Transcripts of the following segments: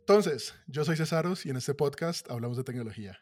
Entonces, yo soy Cesaros y en este podcast hablamos de tecnología.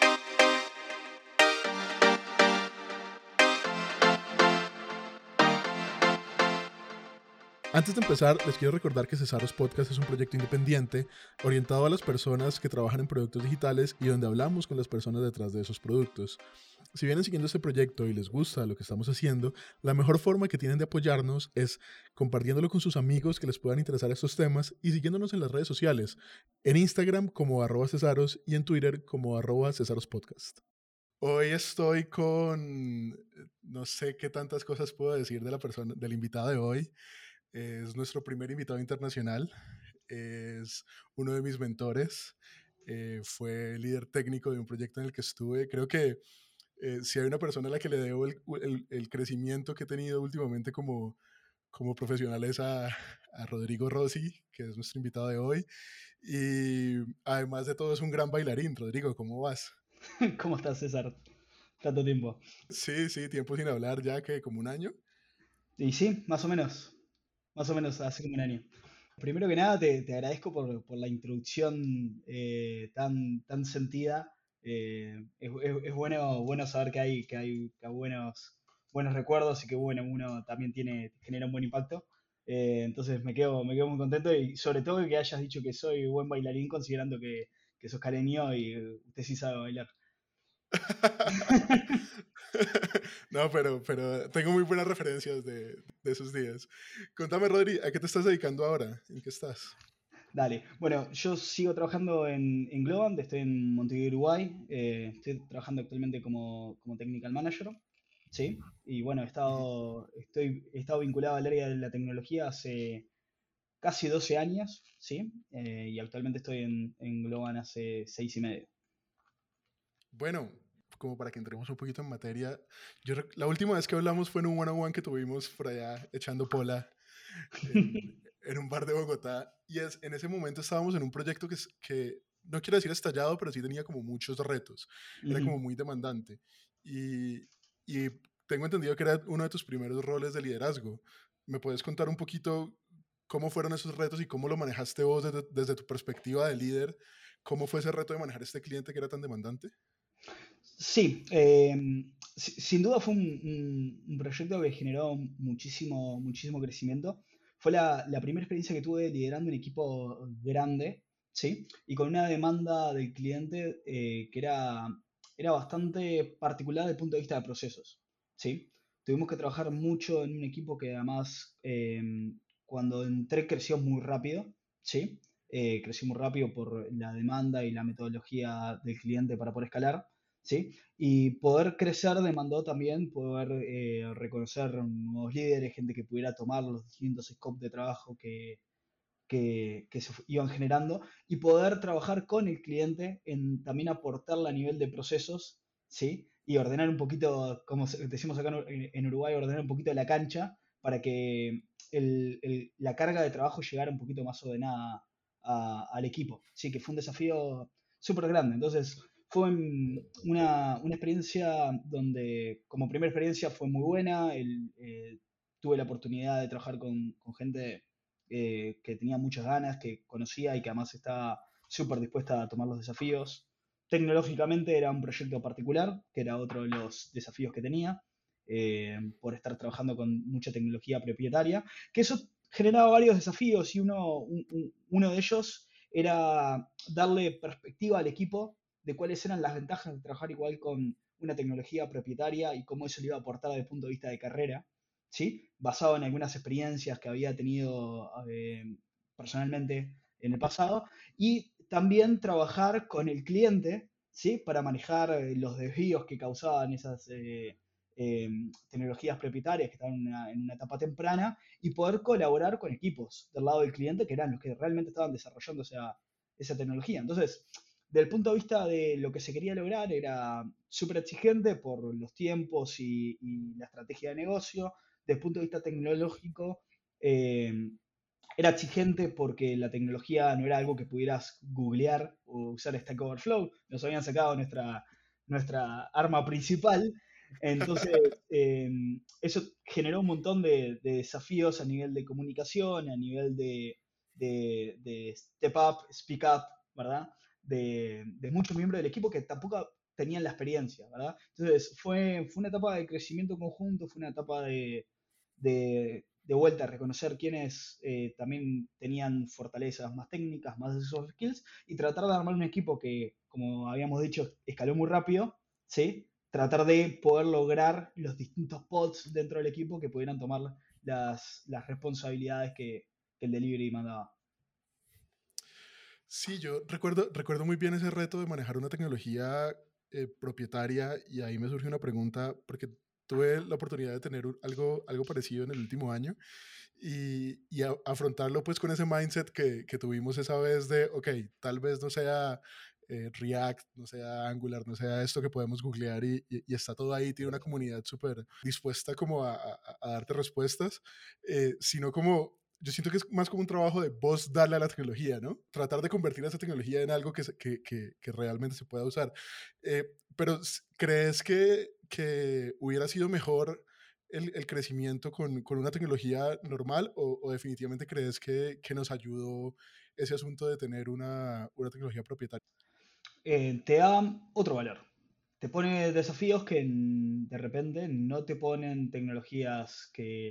Antes de empezar, les quiero recordar que Cesaros Podcast es un proyecto independiente orientado a las personas que trabajan en productos digitales y donde hablamos con las personas detrás de esos productos. Si vienen siguiendo este proyecto y les gusta lo que estamos haciendo, la mejor forma que tienen de apoyarnos es compartiéndolo con sus amigos que les puedan interesar estos temas y siguiéndonos en las redes sociales, en Instagram como @cesaros y en Twitter como @cesarospodcast. Hoy estoy con, no sé qué tantas cosas puedo decir de la persona, del invitado de hoy. Es nuestro primer invitado internacional, es uno de mis mentores, fue líder técnico de un proyecto en el que estuve. Creo que si hay una persona a la que le debo el crecimiento que he tenido últimamente como profesional es a Rodrigo Rossi, que es nuestro invitado de hoy. Y además de todo es un gran bailarín. Rodrigo, ¿cómo vas? ¿Cómo estás, César? Tanto tiempo. Sí, sí, tiempo sin hablar ya que como un año. Y sí, más o menos hace como un año. Primero que nada, te agradezco por la introducción tan sentida. Es bueno saber que hay buenos recuerdos y que bueno, uno también genera un buen impacto. Entonces me quedo muy contento y sobre todo que hayas dicho que soy buen bailarín considerando que sos caleño y usted sí sabe bailar. No, pero tengo muy buenas referencias de esos días. Contame, Rodri, ¿a qué te estás dedicando ahora? ¿En qué estás? Dale. Bueno, yo sigo trabajando en Globant, estoy en Montevideo, Uruguay. Estoy trabajando actualmente como Technical Manager, ¿sí? Y bueno, Ujú. he estado vinculado al área de la tecnología hace casi 12 años, ¿sí? Y actualmente estoy en Globant hace 6 y medio. Bueno, como para que entremos un poquito en materia, la última vez que hablamos fue en un one-on-one que tuvimos por allá echando pola en un bar de Bogotá. Y en ese momento estábamos en un proyecto que no quiero decir estallado, pero sí tenía como muchos retos. Era Ujú. como muy demandante. Y tengo entendido que era uno de tus primeros roles de liderazgo. ¿Me puedes contar un poquito cómo fueron esos retos y cómo lo manejaste vos desde tu perspectiva de líder? ¿Cómo fue ese reto de manejar este cliente que era tan demandante? Sí, sin duda fue un proyecto que generó muchísimo crecimiento. Fue la primera experiencia que tuve liderando un equipo grande, ¿sí? Y con una demanda del cliente que era bastante particular desde el punto de vista de procesos, ¿sí? Tuvimos que trabajar mucho en un equipo que además cuando entré creció muy rápido, ¿sí? Creció muy rápido por la demanda y la metodología del cliente para poder escalar. ¿Sí? Y poder crecer demandó también poder reconocer nuevos líderes, gente que pudiera tomar los distintos scopes de trabajo que iban generando y poder trabajar con el cliente en también aportarle a nivel de procesos, ¿sí? Y ordenar un poquito, como decimos acá en Uruguay, ordenar un poquito la cancha para que la carga de trabajo llegara un poquito más ordenada al equipo. Sí, que fue un desafío súper grande. Entonces, fue una experiencia donde, como primera experiencia, fue muy buena. Tuve la oportunidad de trabajar con gente que tenía muchas ganas, que conocía y que además estaba súper dispuesta a tomar los desafíos. Tecnológicamente era un proyecto particular, que era otro de los desafíos que tenía, por estar trabajando con mucha tecnología propietaria, que eso generaba varios desafíos y uno de ellos era darle perspectiva al equipo de cuáles eran las ventajas de trabajar igual con una tecnología propietaria y cómo eso le iba a aportar desde el punto de vista de carrera, ¿sí? Basado en algunas experiencias que había tenido personalmente en el pasado, y también trabajar con el cliente, ¿sí? Para manejar los desvíos que causaban esas eh, tecnologías propietarias que estaban en una etapa temprana y poder colaborar con equipos del lado del cliente que eran los que realmente estaban desarrollando esa tecnología. Entonces, del punto de vista de lo que se quería lograr, era súper exigente por los tiempos y la estrategia de negocio. Desde el punto de vista tecnológico, eh, era exigente porque la tecnología no era algo que pudieras googlear o usar Stack Overflow. Nos habían sacado nuestra arma principal. Entonces, eso generó un montón de desafíos a nivel de comunicación, a nivel de step up, speak up, ¿verdad? De muchos miembros del equipo que tampoco tenían la experiencia, ¿verdad? Entonces fue una etapa de crecimiento conjunto, fue una etapa de vuelta a reconocer quiénes también tenían fortalezas más técnicas, más de soft skills, y tratar de armar un equipo que, como habíamos dicho, escaló muy rápido, ¿sí? Tratar de poder lograr los distintos pods dentro del equipo que pudieran tomar las responsabilidades que el delivery mandaba. Sí, yo recuerdo muy bien ese reto de manejar una tecnología propietaria y ahí me surge una pregunta porque tuve la oportunidad de tener algo parecido en el último año y afrontarlo pues con ese mindset que tuvimos esa vez de, ok, tal vez no sea React, no sea Angular, no sea esto que podemos googlear y está todo ahí, tiene una comunidad súper dispuesta como a darte respuestas, sino como yo siento que es más como un trabajo de vos darle a la tecnología, ¿no? Tratar de convertir esa tecnología en algo que realmente se pueda usar. Pero ¿crees que hubiera sido mejor el crecimiento con una tecnología normal o definitivamente crees que nos ayudó ese asunto de tener una tecnología propietaria? Te da otro valor. Te pone desafíos que de repente no te ponen tecnologías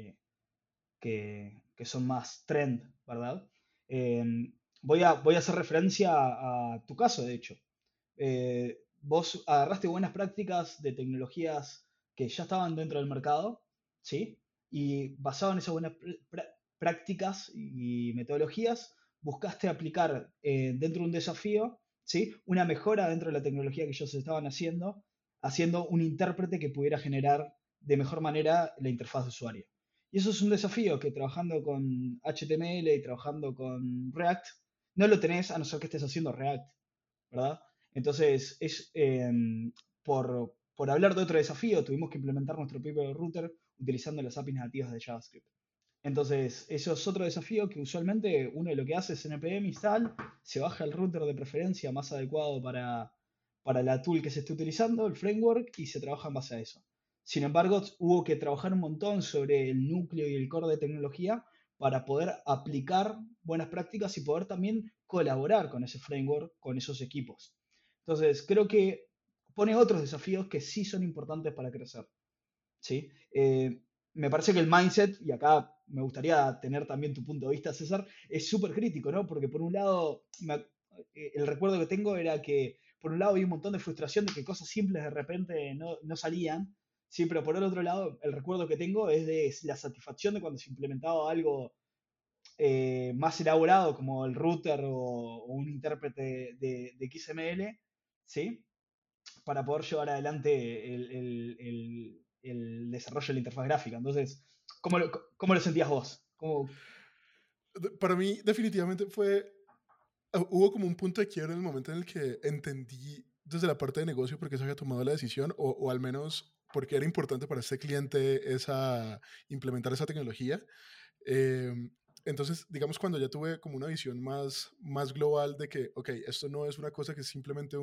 que son más trend, ¿verdad? Eh, voy a hacer referencia a tu caso, de hecho. Vos agarraste buenas prácticas de tecnologías que ya estaban dentro del mercado, ¿sí? Y basado en esas buenas prácticas y metodologías, buscaste aplicar dentro de un desafío, ¿sí? Una mejora dentro de la tecnología que ellos estaban haciendo un intérprete que pudiera generar de mejor manera la interfaz de usuario. Y eso es un desafío que trabajando con HTML y trabajando con React, no lo tenés a no ser que estés haciendo React, ¿verdad? Entonces, por hablar de otro desafío, tuvimos que implementar nuestro propio router utilizando las APIs nativas de JavaScript. Entonces, eso es otro desafío que usualmente uno lo que hace es npm install, se baja el router de preferencia más adecuado para la tool que se esté utilizando, el framework, y se trabaja en base a eso. Sin embargo, hubo que trabajar un montón sobre el núcleo y el core de tecnología para poder aplicar buenas prácticas y poder también colaborar con ese framework, con esos equipos. Entonces, creo que pone otros desafíos que sí son importantes para crecer. ¿Sí? Me parece que el mindset, y acá me gustaría tener también tu punto de vista, César, es súper crítico, ¿no? Porque por un lado, el recuerdo que tengo era que por un lado había un montón de frustración de que cosas simples de repente no salían, sí, pero por el otro lado, el recuerdo que tengo es de la satisfacción de cuando se implementaba algo más elaborado como el router o un intérprete de XML, ¿sí? Para poder llevar adelante el desarrollo de la interfaz gráfica. Entonces, ¿cómo lo sentías vos? Para mí definitivamente hubo como un punto de quiebra en el momento en el que entendí desde la parte de negocio por qué se había tomado la decisión o al menos porque era importante para este cliente implementar esa tecnología. Eh, entonces, digamos, cuando ya tuve como una visión más global de que, ok, esto no es una cosa que es simplemente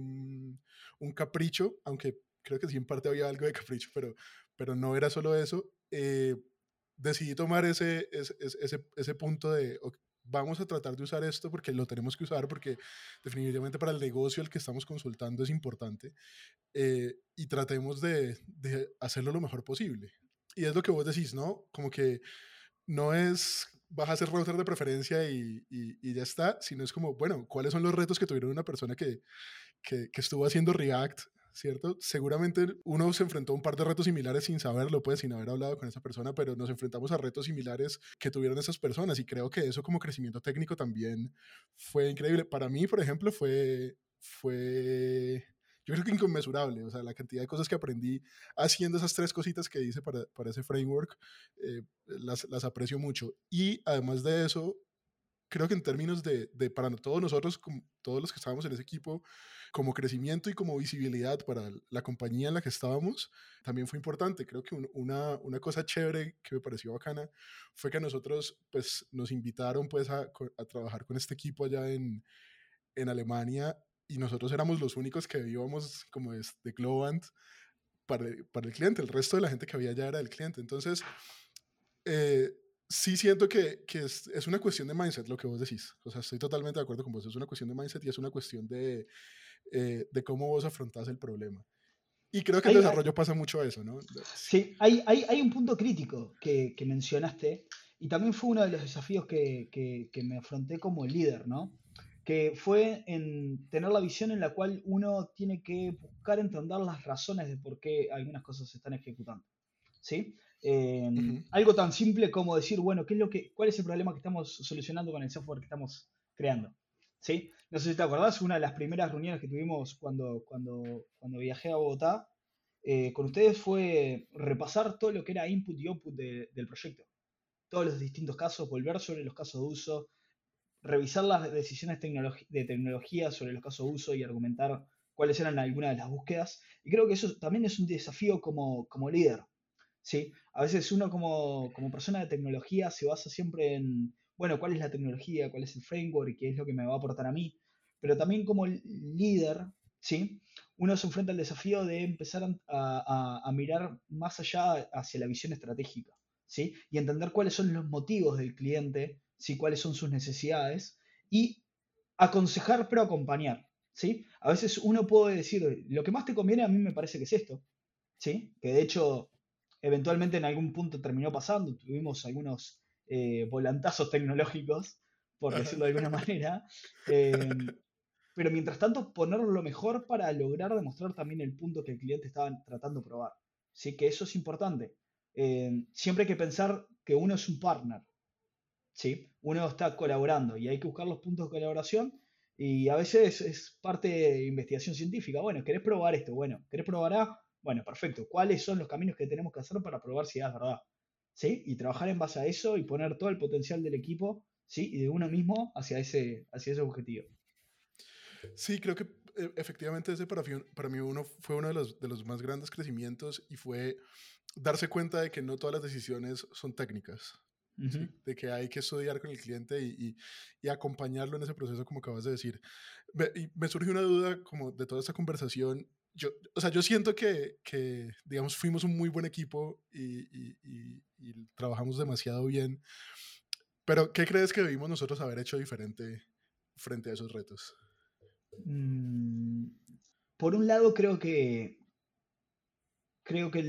un capricho, aunque creo que sí en parte había algo de capricho, pero no era solo eso, decidí tomar ese punto de, ok, vamos a tratar de usar esto porque lo tenemos que usar, porque definitivamente para el negocio el que estamos consultando es importante, y tratemos de hacerlo lo mejor posible. Y es lo que vos decís, ¿no? Como que no es vas a hacer router de preferencia y ya está, sino es como, bueno, ¿cuáles son los retos que tuvieron una persona que estuvo haciendo React, ¿cierto? Seguramente uno se enfrentó a un par de retos similares sin saberlo, pues, sin haber hablado con esa persona, pero nos enfrentamos a retos similares que tuvieron esas personas y creo que eso como crecimiento técnico también fue increíble. Para mí, por ejemplo, yo creo que inconmensurable, o sea, la cantidad de cosas que aprendí haciendo esas tres cositas que hice para ese framework, las aprecio mucho. Y además de eso, creo que en términos de para todos nosotros, como todos los que estábamos en ese equipo, como crecimiento y como visibilidad para la compañía en la que estábamos, también fue importante. Creo que una cosa chévere que me pareció bacana fue que a nosotros pues, nos invitaron pues, a trabajar con este equipo allá en Alemania y nosotros éramos los únicos que íbamos como de Globant para el cliente. El resto de la gente que había allá era el cliente. Entonces, eh, sí siento que es una cuestión de mindset lo que vos decís. O sea, estoy totalmente de acuerdo con vos. Es una cuestión de mindset y es una cuestión de cómo vos afrontás el problema. Y creo que en Hay, desarrollo pasa mucho eso, ¿no? Sí. sí, hay un punto crítico que mencionaste y también fue uno de los desafíos que me afronté como líder, ¿no? Que fue en tener la visión en la cual uno tiene que buscar entender las razones de por qué algunas cosas se están ejecutando, ¿sí? Ujú. Algo tan simple como decir, bueno, ¿cuál es el problema que estamos solucionando con el software que estamos creando? ¿Sí? No sé si te acordás, una de las primeras reuniones que tuvimos cuando viajé a Bogotá con ustedes fue repasar todo lo que era input y output del proyecto. Todos los distintos casos, volver sobre los casos de uso, revisar las decisiones de tecnología sobre los casos de uso y argumentar cuáles eran algunas de las búsquedas. Y creo que eso también es un desafío como líder. ¿Sí? A veces uno como persona de tecnología se basa siempre en, bueno, cuál es la tecnología, cuál es el framework y qué es lo que me va a aportar a mí. Pero también como líder, ¿sí? Uno se enfrenta al desafío de empezar a mirar más allá hacia la visión estratégica, ¿sí? Y entender cuáles son los motivos del cliente, ¿sí? Cuáles son sus necesidades y aconsejar pero acompañar, ¿sí? A veces uno puede decir, lo que más te conviene a mí me parece que es esto, ¿sí? Que de hecho eventualmente en algún punto terminó pasando, tuvimos algunos volantazos tecnológicos, por Ajá. decirlo de alguna manera, eh, pero mientras tanto poner lo mejor para lograr demostrar también el punto que el cliente estaba tratando de probar, ¿sí? Que eso es importante. Siempre hay que pensar que uno es un partner, ¿sí? Uno está colaborando y hay que buscar los puntos de colaboración y a veces es parte de investigación científica. Bueno, ¿querés probar esto? Bueno, ¿querés probar A? Bueno, perfecto. ¿Cuáles son los caminos que tenemos que hacer para probar si es verdad? ¿Sí? Y trabajar en base a eso y poner todo el potencial del equipo, ¿sí? Y de uno mismo hacia ese objetivo. Sí, creo que efectivamente ese para mí uno fue uno de los más grandes crecimientos y fue darse cuenta de que no todas las decisiones son técnicas, Ujú. ¿sí? De que hay que estudiar con el cliente y acompañarlo en ese proceso, como acabas de decir. Y me surge una duda como de toda esta conversación. O sea, yo siento digamos, fuimos un muy buen equipo y trabajamos demasiado bien, pero ¿qué crees que debimos nosotros haber hecho diferente frente a esos retos? Mm, por un lado, creo que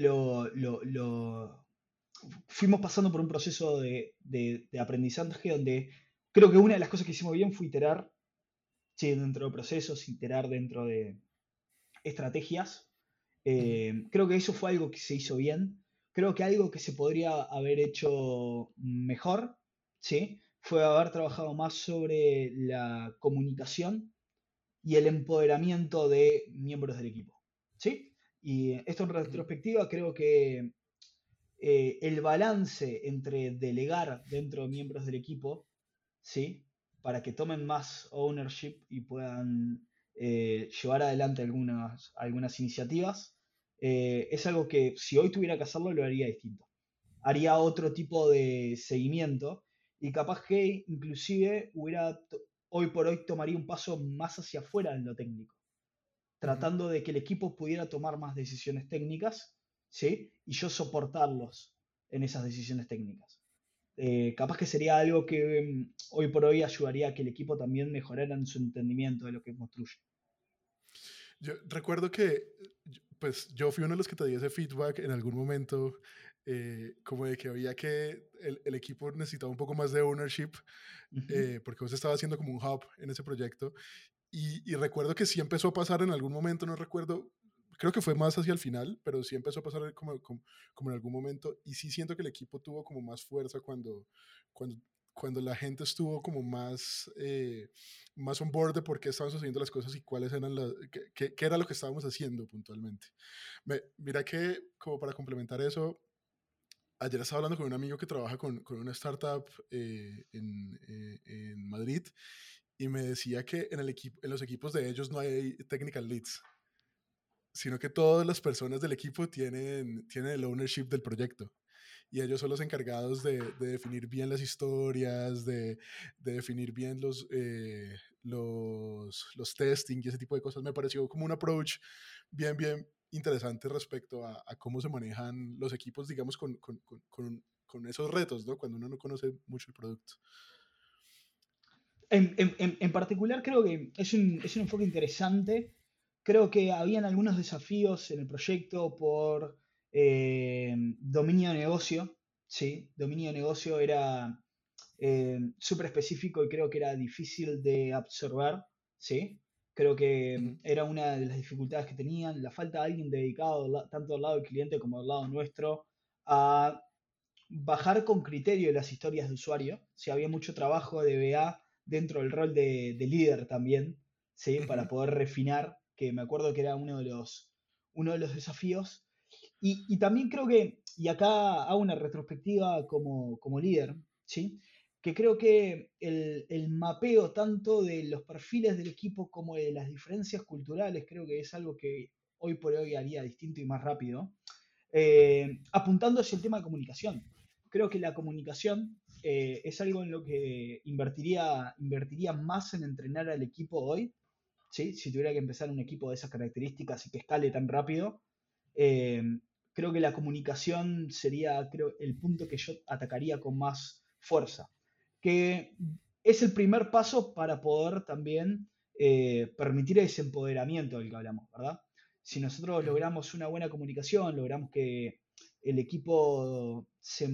fuimos pasando por un proceso de aprendizaje donde creo que una de las cosas que hicimos bien fue iterar, sí, dentro de procesos, iterar dentro de estrategias. Ujú, Creo que eso fue algo que se hizo bien. Creo que algo que se podría haber hecho mejor, ¿sí? Fue haber trabajado más sobre la comunicación y el empoderamiento de miembros del equipo, ¿sí? Y esto en ujú. retrospectiva creo que el balance entre delegar dentro de miembros del equipo, ¿sí? Para que tomen más ownership y puedan llevar adelante algunas iniciativas, es algo que si hoy tuviera que hacerlo lo haría distinto. Haría otro tipo de seguimiento y capaz que inclusive hoy por hoy tomaría un paso más hacia afuera en lo técnico, Ujú. tratando de que el equipo pudiera tomar más decisiones técnicas, ¿sí? Y yo soportarlos en esas decisiones técnicas. Capaz que sería algo que hoy por hoy ayudaría a que el equipo también mejorara en su entendimiento de lo que construye. Yo recuerdo que, pues, yo fui uno de los que te di ese feedback en algún momento, como de que había que el equipo necesitaba un poco más de ownership, Ujú, porque vos estabas haciendo como un hub en ese proyecto. Y recuerdo que sí empezó a pasar en algún momento, no recuerdo, creo que fue más hacia el final, pero sí empezó a pasar como en algún momento. Y sí siento que el equipo tuvo como más fuerza cuando, cuando la gente estuvo como más on board de por qué estaban sucediendo las cosas y cuáles eran qué era lo que estábamos haciendo puntualmente. Mira que, como para complementar eso, ayer estaba hablando con un amigo que trabaja con una startup en Madrid y me decía que en los equipos de ellos no hay technical leads, sino que todas las personas del equipo tienen el ownership del proyecto. Y ellos son los encargados de definir bien las historias, de definir bien los testing y ese tipo de cosas. Me pareció como un approach bien interesante respecto a cómo se manejan los equipos, digamos, con con esos retos, ¿no? Cuando uno no conoce mucho el producto. En particular creo que es un enfoque interesante. Creo que habían algunos desafíos en el proyecto por dominio de negocio. Sí, dominio de negocio era súper específico y creo que era difícil de absorber. ¿Sí? Creo que Ujú, era una de las dificultades que tenían, la falta de alguien dedicado tanto al lado del cliente como al lado nuestro a bajar con criterio las historias de usuario. Si había mucho trabajo de BA dentro del rol de líder también, ¿sí? Para ujú, poder refinar, que me acuerdo que era uno de los desafíos. Y también creo que, y acá hago una retrospectiva como líder, ¿sí? Que creo que el mapeo tanto de los perfiles del equipo como de las diferencias culturales, creo que es algo que hoy por hoy haría distinto y más rápido, apuntando hacia el tema de comunicación. Creo que la comunicación es algo en lo que invertiría más en entrenar al equipo hoy, ¿sí? Si tuviera que empezar un equipo de esas características y que escale tan rápido. eh, Creo que la comunicación sería el punto que yo atacaría con más fuerza, que es el primer paso para poder también permitir ese empoderamiento del que hablamos, ¿verdad? Si nosotros ujú. logramos una buena comunicación, logramos que el equipo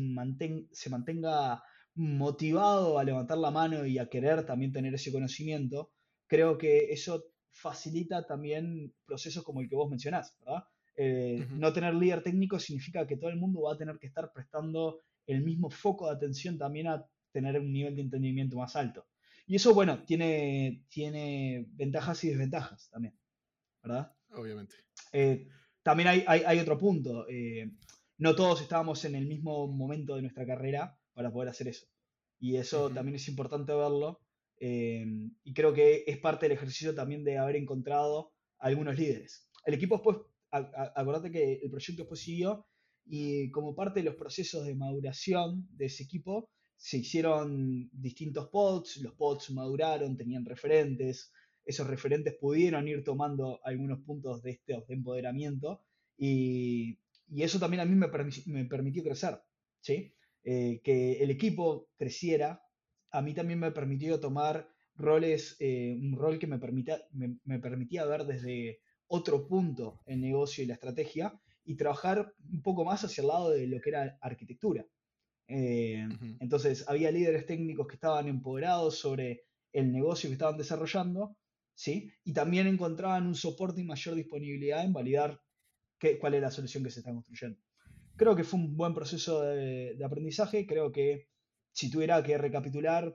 se mantenga motivado a levantar la mano y a querer también tener ese conocimiento, creo que eso facilita también procesos como el que vos mencionás, ¿verdad? Ujú, No tener líder técnico significa que todo el mundo va a tener que estar prestando el mismo foco de atención también a tener un nivel de entendimiento más alto. Y eso, bueno, tiene ventajas y desventajas también, ¿verdad? obviamente. Eh, También hay otro punto. No todos estábamos en el mismo momento de nuestra carrera para poder hacer eso. Y eso Ujú, también es importante verlo. eh, y creo que es parte del ejercicio también de haber encontrado algunos líderes. El equipo después, acordate que el proyecto después siguió y como parte de los procesos de maduración de ese equipo, se hicieron distintos pods, los pods maduraron, tenían referentes, esos referentes pudieron ir tomando algunos puntos de este de empoderamiento y eso también a mí me permitió crecer, ¿sí? Que el equipo creciera, a mí también me permitió tomar roles, un rol que me permitía ver desde otro punto el negocio y la estrategia y trabajar un poco más hacia el lado de lo que era arquitectura. ujú. Entonces, había líderes técnicos que estaban empoderados sobre el negocio que estaban desarrollando, ¿sí? Y también encontraban un soporte y mayor disponibilidad en validar cuál es la solución que se está construyendo. Creo que fue un buen proceso de aprendizaje. Creo que si tuviera que recapitular,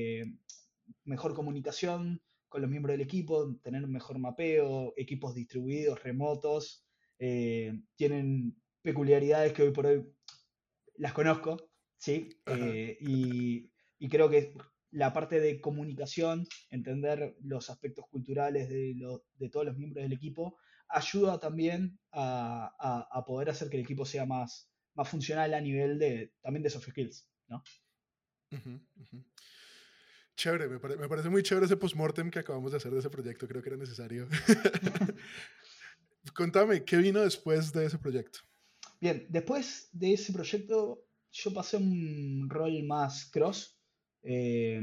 mejor comunicación con los miembros del equipo, tener un mejor mapeo, equipos distribuidos, remotos, tienen peculiaridades que hoy por hoy las conozco, ¿sí? Ajá. Y creo que la parte de comunicación, entender los aspectos culturales de todos los miembros del equipo, ayuda también a poder hacer que el equipo sea más funcional a nivel también de soft skills, ¿no? Ujú, ujú. Chévere, me parece muy chévere ese postmortem que acabamos de hacer de ese proyecto, creo que era necesario. Contame, ¿qué vino después de ese proyecto? Bien, después de ese proyecto yo pasé a un rol más cross. Eh,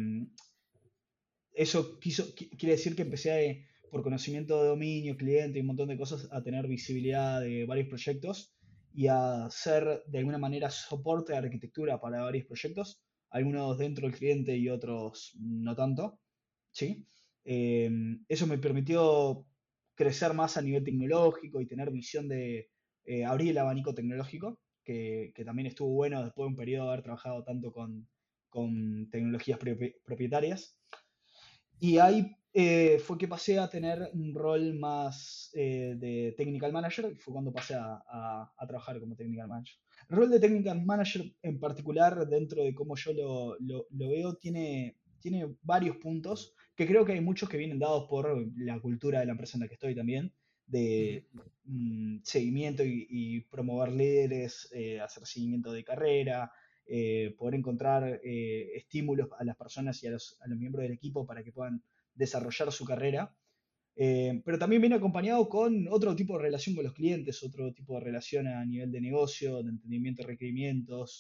Eso quiere decir que empecé por conocimiento de dominio, cliente y un montón de cosas a tener visibilidad de varios proyectos y a ser de alguna manera soporte de arquitectura para varios proyectos, algunos dentro del cliente y otros no tanto, ¿sí? Eh, Eso me permitió crecer más a nivel tecnológico y tener visión de abrir el abanico tecnológico, que también estuvo bueno después de un periodo de haber trabajado tanto con tecnologías propietarias. Y ahí fue que pasé a tener un rol más de technical manager, y fue cuando pasé a trabajar como technical manager. El rol de technical manager en particular, dentro de cómo yo lo veo, tiene varios puntos que creo que hay muchos que vienen dados por la cultura de la empresa en la que estoy también, Ujú, de seguimiento y promover líderes, hacer seguimiento de carrera, poder encontrar estímulos a las personas y a los miembros del equipo para que puedan desarrollar su carrera. Pero también viene acompañado con otro tipo de relación con los clientes, otro tipo de relación a nivel de negocio, de entendimiento de requerimientos,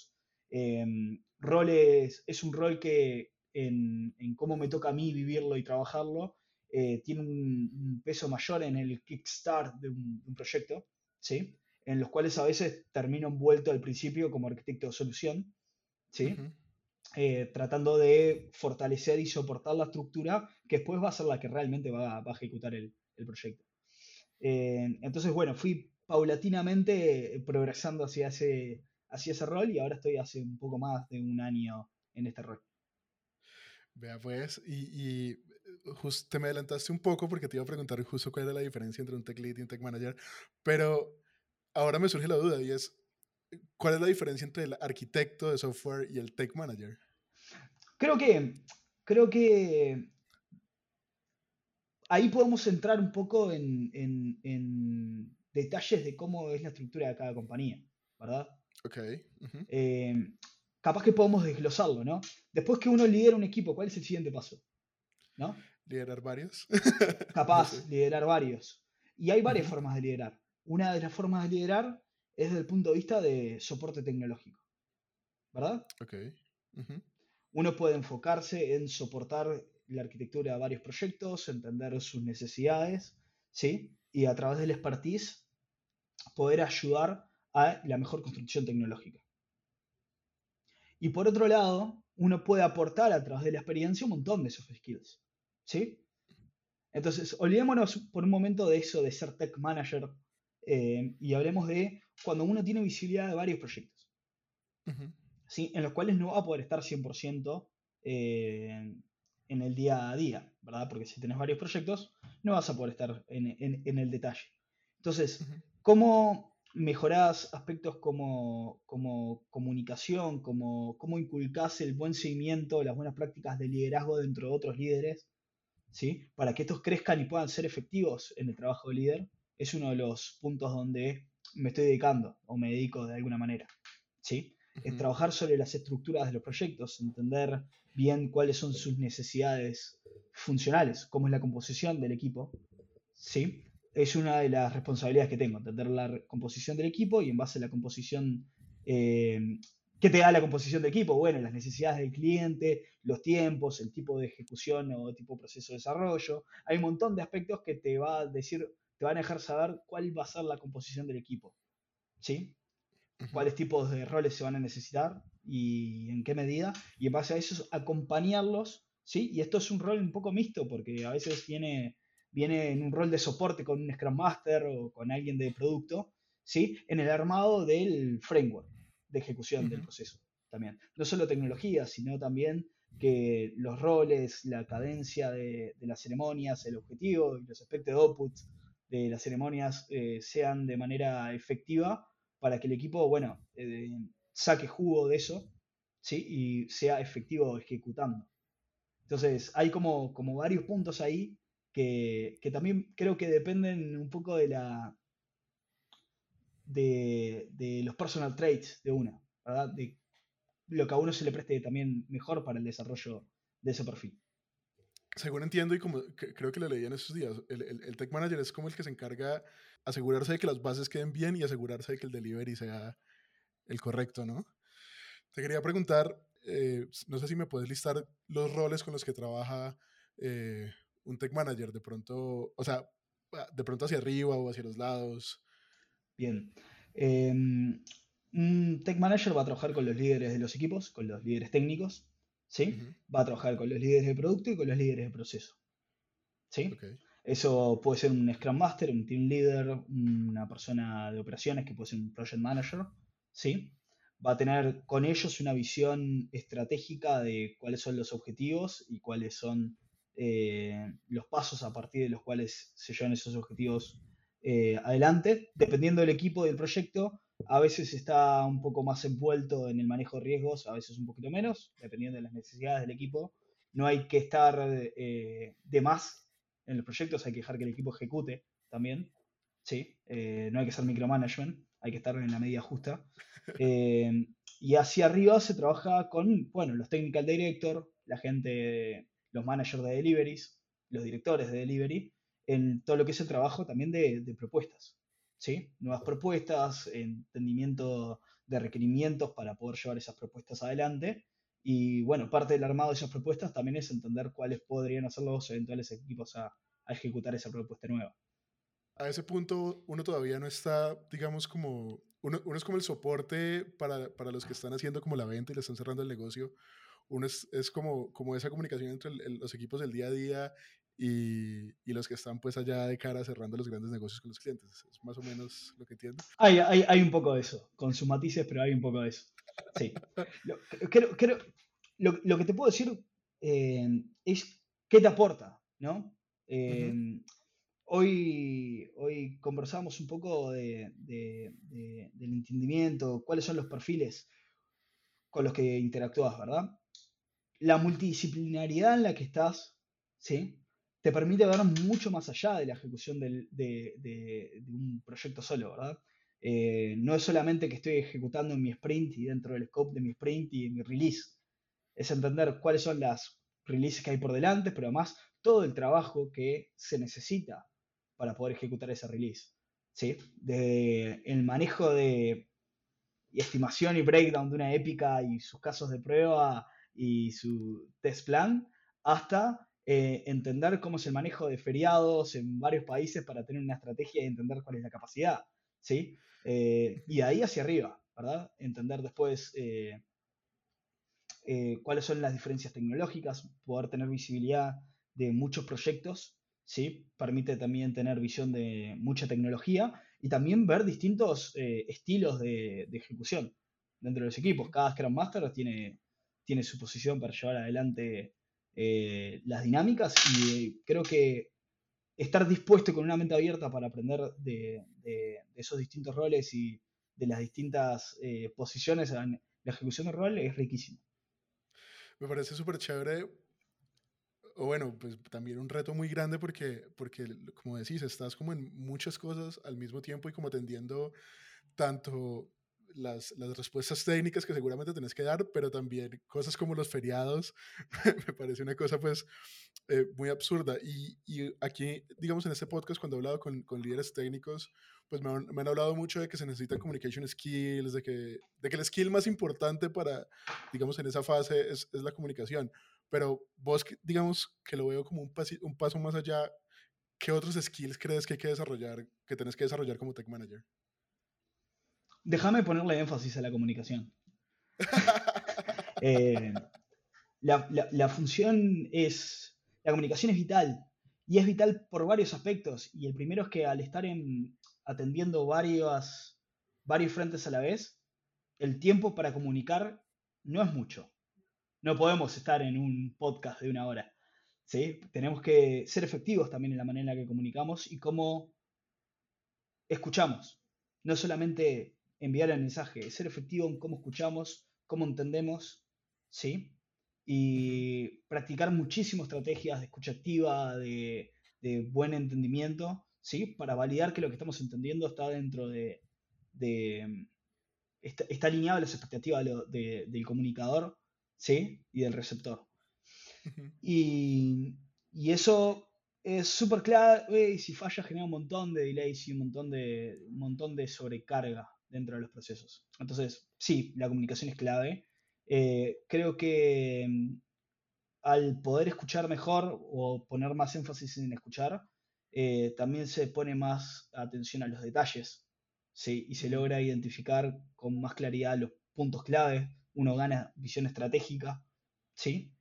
Roles, es un rol que en cómo me toca a mí vivirlo y trabajarlo, tiene un peso mayor en el kickstart de un proyecto, ¿sí? En los cuales a veces termino envuelto al principio como arquitecto de solución, ¿sí? Ujú. Tratando de fortalecer y soportar la estructura que después va a ser la que realmente va a ejecutar el proyecto. Entonces, bueno, fui paulatinamente progresando hacia ese rol y ahora estoy hace un poco más de un año en este rol. Vea pues, justo te me adelantaste un poco porque te iba a preguntar justo cuál era la diferencia entre un tech lead y un tech manager, pero ahora me surge la duda y es, ¿cuál es la diferencia entre el arquitecto de software y el tech manager? Creo que, creo que ahí podemos entrar un poco en detalles de cómo es la estructura de cada compañía, ¿verdad? Ok. Ujú. Eh, Capaz que podemos desglosarlo, ¿no? Después que uno lidera un equipo, ¿cuál es el siguiente paso? ¿No? ¿Liderar varios? No Capaz sé. liderar varios. Y hay varias Ujú. formas de liderar. Una de las formas de liderar es desde el punto de vista de soporte tecnológico, ¿verdad? Ok. Ujú. Uno puede enfocarse en soportar la arquitectura de varios proyectos, entender sus necesidades, ¿sí? Y a través del expertise poder ayudar a la mejor construcción tecnológica. Y por otro lado, uno puede aportar a través de la experiencia un montón de soft skills, ¿sí? Entonces, olvidémonos por un momento de eso de ser tech manager y hablemos de cuando uno tiene visibilidad de varios proyectos, Ujú. ¿sí? En los cuales no va a poder estar 100% eh, en el día a día, ¿verdad? Porque si tenés varios proyectos, no vas a poder estar en el detalle. Entonces, Ujú. ¿cómo mejorás aspectos como comunicación, cómo inculcás el buen seguimiento, las buenas prácticas de liderazgo dentro de otros líderes? ¿Sí? Para que estos crezcan y puedan ser efectivos en el trabajo de líder, es uno de los puntos donde me estoy dedicando o me dedico de alguna manera. ¿Sí? Es Ujú. trabajar sobre las estructuras de los proyectos, entender bien cuáles son sus necesidades funcionales, cómo es la composición del equipo. ¿Sí? Es una de las responsabilidades que tengo, entender la composición del equipo y en base a la composición eh, ¿qué te da la composición de equipo? Bueno, las necesidades del cliente, los tiempos, el tipo de ejecución o tipo de proceso de desarrollo. Hay un montón de aspectos que te va a decir, te van a dejar saber cuál va a ser la composición del equipo, ¿sí? Ujú. Cuáles tipos de roles se van a necesitar y en qué medida. Y en base a eso, acompañarlos, ¿sí? Y esto es un rol un poco mixto porque a veces viene en un rol de soporte con un Scrum Master o con alguien de producto, ¿sí? En el armado del framework de ejecución del Ujú. proceso también. No solo tecnología, sino también que los roles, la cadencia de las ceremonias, el objetivo y los aspectos de output de las ceremonias sean de manera efectiva para que el equipo, bueno, saque jugo de eso, ¿sí? Y sea efectivo ejecutando. Entonces, hay como varios puntos ahí que también creo que dependen un poco de los personal traits de uno, ¿verdad? De lo que a uno se le preste también mejor para el desarrollo de ese perfil. Según entiendo y como creo que lo leí en estos días, el tech manager es como el que se encarga asegurarse de que las bases queden bien y asegurarse de que el delivery sea el correcto, ¿no? Te quería preguntar, no sé si me puedes listar los roles con los que trabaja eh, un tech manager, de pronto, o sea, de pronto hacia arriba o hacia los lados. Bien. Eh, un tech manager va a trabajar con los líderes de los equipos, con los líderes técnicos, ¿sí? Ujú. Va a trabajar con los líderes de producto y con los líderes de proceso. ¿Sí? Ok. Eso puede ser un Scrum Master, un Team Leader, una persona de operaciones que puede ser un Project Manager, ¿sí? Va a tener con ellos una visión estratégica de cuáles son los objetivos y cuáles son los pasos a partir de los cuales se llevan esos objetivos adelante. Dependiendo del equipo del proyecto, a veces está un poco más envuelto en el manejo de riesgos, a veces un poquito menos, dependiendo de las necesidades del equipo. No hay que estar de más en los proyectos, hay que dejar que el equipo ejecute también, ¿sí? No hay que hacer Ujú. micromanagement, hay que estar en la medida justa. Eh, y hacia arriba se trabaja con, bueno, los technical director, la gente, los managers de deliveries, los directores de delivery, en todo lo que es el trabajo también de propuestas, ¿sí? Nuevas propuestas, entendimiento de requerimientos para poder llevar esas propuestas adelante. Y bueno, parte del armado de esas propuestas también es entender cuáles podrían ser los eventuales equipos a ejecutar esa propuesta nueva. A ese punto uno todavía no está, digamos, como, uno es como el soporte para los que están haciendo como la venta y le están cerrando el negocio. Uno es como esa comunicación entre los equipos del día a día y los que están pues allá de cara cerrando los grandes negocios con los clientes. Es más o menos lo que entiendo. Hay un poco de eso, con sus matices, pero hay un poco de eso. Sí. Creo, lo que te puedo decir es qué te aporta, ¿no? Ujú. Eh, hoy conversamos un poco del entendimiento, cuáles son los perfiles con los que interactúas, ¿verdad? La multidisciplinaridad en la que estás, ¿sí? Te permite ver mucho más allá de la ejecución de un proyecto solo, ¿verdad? No es solamente que estoy ejecutando en mi sprint y dentro del scope de mi sprint y de mi release, es entender cuáles son las releases que hay por delante, pero además todo el trabajo que se necesita para poder ejecutar esa release, ¿sí? Desde el manejo de y estimación y breakdown de una épica y sus casos de prueba y su test plan, hasta entender cómo es el manejo de feriados en varios países para tener una estrategia y entender cuál es la capacidad, ¿sí? Y de ahí hacia arriba, ¿verdad? Entender después cuáles son las diferencias tecnológicas, poder tener visibilidad de muchos proyectos, ¿sí? Permite también tener visión de mucha tecnología y también ver distintos estilos de ejecución dentro de los equipos. Ujú. Cada Scrum Master tiene su posición para llevar adelante las dinámicas y creo que estar dispuesto y con una mente abierta para aprender de esos distintos roles y de las distintas posiciones en la ejecución de rol es riquísimo. Me parece súper chévere, o bueno, pues también un reto muy grande porque, como decís, estás como en muchas cosas al mismo tiempo y como atendiendo tanto las respuestas técnicas que seguramente tenés que dar, pero también cosas como los feriados, me parece una cosa pues muy absurda. Y aquí, digamos, en este podcast, cuando he hablado con líderes técnicos, pues me han hablado mucho de que se necesitan communication skills, de que el skill más importante para, digamos, en esa fase es la comunicación. Pero vos, digamos, que lo veo como un paso más allá, ¿qué otros skills crees que hay que desarrollar, que tenés que desarrollar como tech manager? Déjame ponerle énfasis a la comunicación. Eh, la función es, la comunicación es vital y es vital por varios aspectos. Y el primero es que al estar atendiendo varios frentes a la vez, el tiempo para comunicar no es mucho. No podemos estar en un podcast de una hora. ¿Sí? Tenemos que ser efectivos también en la manera en la que comunicamos y cómo escuchamos. No solamente enviar el mensaje, es ser efectivo en cómo escuchamos, cómo entendemos, ¿sí? Ujú. Y practicar muchísimas estrategias de escucha activa, de buen entendimiento, ¿sí? Para validar que lo que estamos entendiendo está dentro de está alineado a las expectativas del comunicador, ¿sí? Y del receptor. Ujú. Y eso es súper clave y si falla genera un montón de delays y un montón de sobrecarga dentro de los procesos. Entonces, sí, la comunicación es clave. Creo que al poder escuchar mejor o poner más énfasis en escuchar, también se pone más atención a los detalles, ¿sí? Y se Ujú. logra identificar con más claridad los puntos clave, uno gana visión estratégica, ¿sí?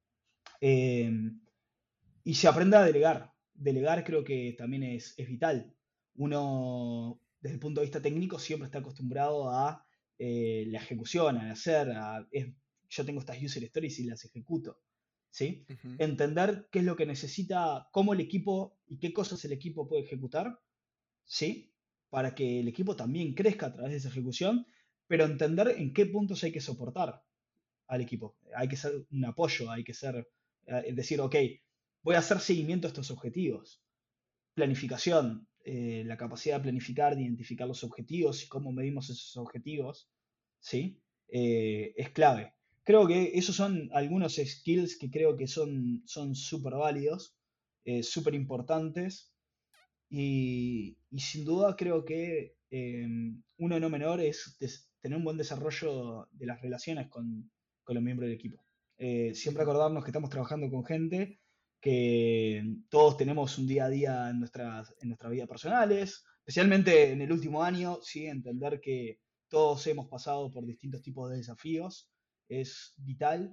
Eh, y se aprende a delegar. Delegar creo que también es vital. Uno, desde el punto de vista técnico, siempre está acostumbrado a la ejecución, a hacer, yo tengo estas user stories y las ejecuto. ¿Sí? Ujú. Entender qué es lo que necesita, cómo el equipo y qué cosas el equipo puede ejecutar, ¿sí? Para que el equipo también crezca a través de esa ejecución, pero entender en qué puntos hay que soportar al equipo. Hay que ser un apoyo, hay que ser, decir, ok, voy a hacer seguimiento a estos objetivos. Planificación, la capacidad de planificar, de identificar los objetivos y cómo medimos esos objetivos, ¿sí? Es clave. Creo que esos son algunos skills que creo que son súper válidos, súper importantes Y sin duda creo que uno no menor es tener un buen desarrollo de las relaciones con los miembros del equipo. Siempre Ujú. acordarnos que estamos trabajando con gente, que todos tenemos un día a día en nuestras vidas personales, especialmente en el último año, ¿sí? Entender que todos hemos pasado por distintos tipos de desafíos es vital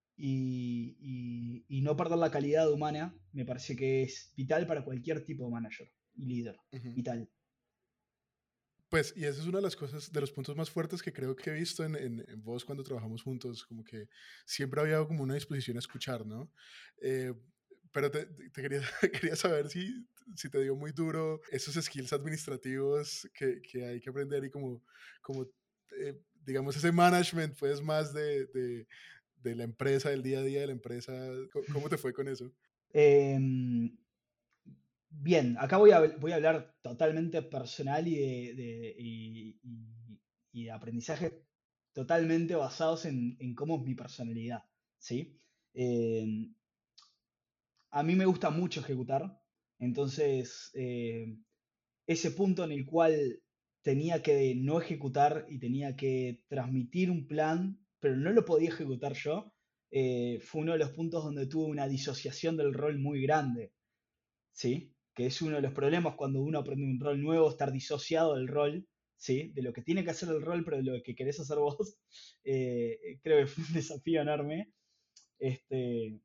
y no perder la calidad humana me parece que es vital para cualquier tipo de manager y líder. Ujú. Vital. Pues, y esa es una de las cosas, de los puntos más fuertes que creo que he visto en vos cuando trabajamos juntos, como que siempre había como una disposición a escuchar, ¿no? Eh, pero te quería, quería saber si te dio muy duro esos skills administrativos que hay que aprender y como digamos, ese management, pues, más de la empresa, del día a día de la empresa. ¿Cómo te fue con eso? Eh, Bien, acá voy a hablar totalmente personal y de aprendizaje totalmente basados en cómo es mi personalidad, ¿sí? Eh, a mí me gusta mucho ejecutar, entonces ese punto en el cual tenía que no ejecutar y tenía que transmitir un plan, pero no lo podía ejecutar yo, fue uno de los puntos donde tuve una disociación del rol muy grande, ¿sí? Que es uno de los problemas cuando uno aprende un rol nuevo, estar disociado del rol, ¿sí? De lo que tiene que hacer el rol, pero de lo que querés hacer vos. Creo que fue un desafío enorme. Este,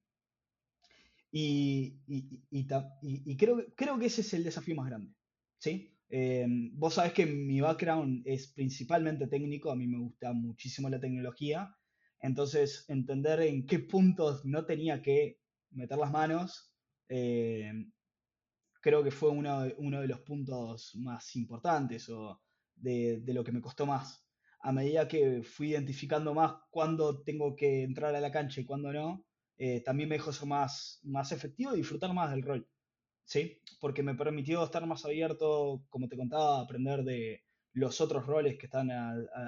y creo que ese es el desafío más grande, ¿sí? Vos sabés que mi background es principalmente técnico, a mí me gusta muchísimo la tecnología, entonces entender en qué puntos no tenía que meter las manos, eh, creo que fue uno de los puntos más importantes o de lo que me costó más. A medida que fui identificando más cuándo tengo que entrar a la cancha y cuándo no, también me dejó ser más efectivo y disfrutar más del rol, ¿sí? Porque me permitió estar más abierto, como te contaba, aprender de los otros roles que están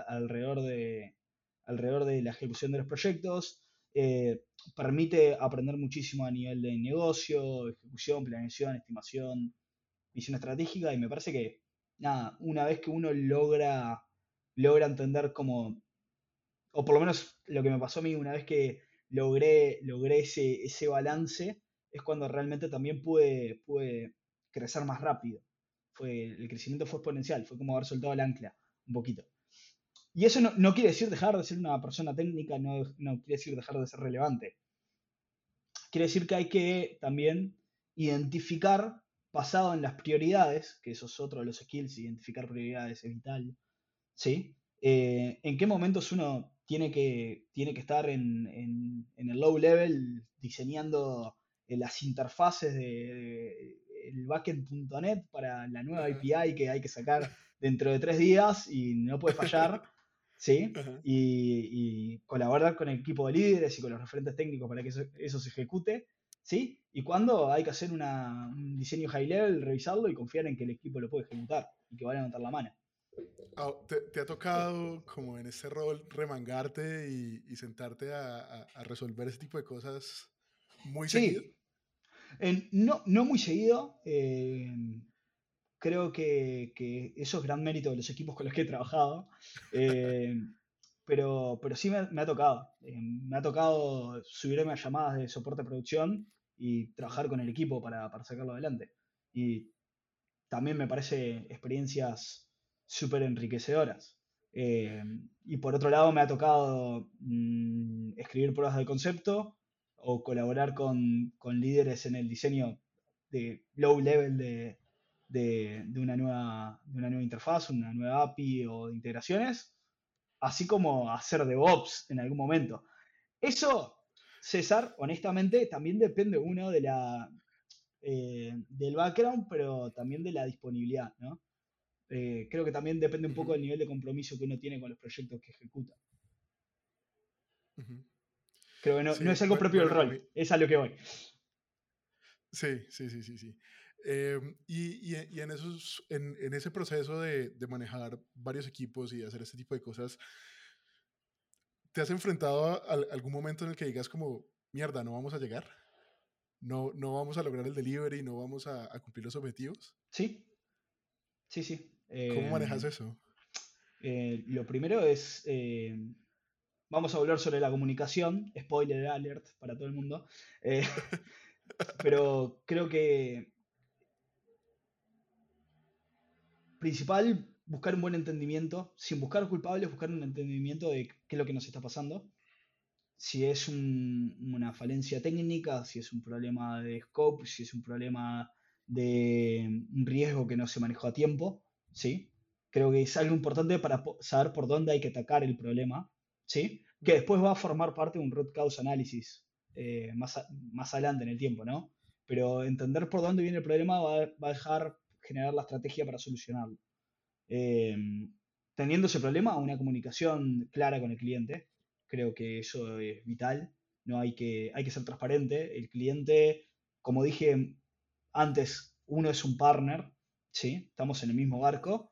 alrededor de la ejecución de los proyectos. Permite aprender muchísimo a nivel de negocio, ejecución, planeación, estimación, visión estratégica y me parece que, nada, una vez que uno logra entender cómo, o por lo menos lo que me pasó a mí, una vez que logré ese balance, es cuando realmente también pude crecer más rápido. El crecimiento fue exponencial, fue como haber soltado el ancla un poquito. Y eso no quiere decir dejar de ser una persona técnica, no quiere decir dejar de ser relevante. Quiere decir que hay que también identificar, basado en las prioridades, que eso es otro de los skills, identificar prioridades es vital, ¿sí? En qué momentos uno tiene que estar en el low level diseñando las interfaces de el backend.net para la nueva Ajá. API que hay que sacar dentro de 3 días y no puede fallar, ¿sí? Ajá. Y colaborar con el equipo de líderes y con los referentes técnicos para que eso se ejecute, ¿sí? Y cuando hay que hacer un diseño high level, revisarlo y confiar en que el equipo lo puede ejecutar y que va a levantar la mano. ¿Te ha tocado como en ese rol remangarte y sentarte a resolver ese tipo de cosas muy seguido? Sí, no muy seguido. Creo que eso es gran mérito de los equipos con los que he trabajado. eh, pero sí me ha tocado. Me ha tocado subirme a llamadas de soporte de producción y Ujú. trabajar con el equipo para sacarlo adelante. Y también me parece experiencias súper enriquecedoras. Eh, y por otro lado me ha tocado escribir pruebas de concepto o colaborar con líderes en el diseño de low level de una nueva interfaz, una nueva API o de integraciones, así como hacer DevOps en algún momento. Eso, César, honestamente, también depende uno del background, pero también de la disponibilidad, ¿no? Creo que también depende un poco Ujú. del nivel de compromiso que uno tiene con los proyectos que ejecuta. Ujú. Creo que no Sí, es algo propio del bueno, a rol, mí, es a lo que voy. sí, sí, sí, sí, sí. Y en ese proceso de manejar varios equipos y hacer este tipo de cosas, ¿te has enfrentado a algún momento en el que digas como, mierda, no vamos a llegar? no vamos a lograr el delivery, no vamos a cumplir los objetivos. Sí, sí, sí. ¿Cómo manejas eso? Lo primero es, vamos a volver sobre la comunicación, spoiler alert para todo el mundo, eh, pero creo que principal, buscar un buen entendimiento, sin buscar culpables, buscar un entendimiento de qué es lo que nos está pasando. Si es una falencia técnica, si es un problema de scope, si es un problema de un riesgo que no se manejó a tiempo, ¿sí? Creo que es algo importante para saber por dónde hay que atacar el problema, ¿sí? Que después va a formar parte de un root cause analysis más adelante en el tiempo, ¿no? Pero entender por dónde viene el problema va a dejar generar la estrategia para solucionarlo. Eh, Teniendo ese problema, una comunicación clara con el cliente, creo que eso es vital. No hay que ser transparente. El cliente, como dije antes, uno es un partner, ¿sí? Estamos en el mismo barco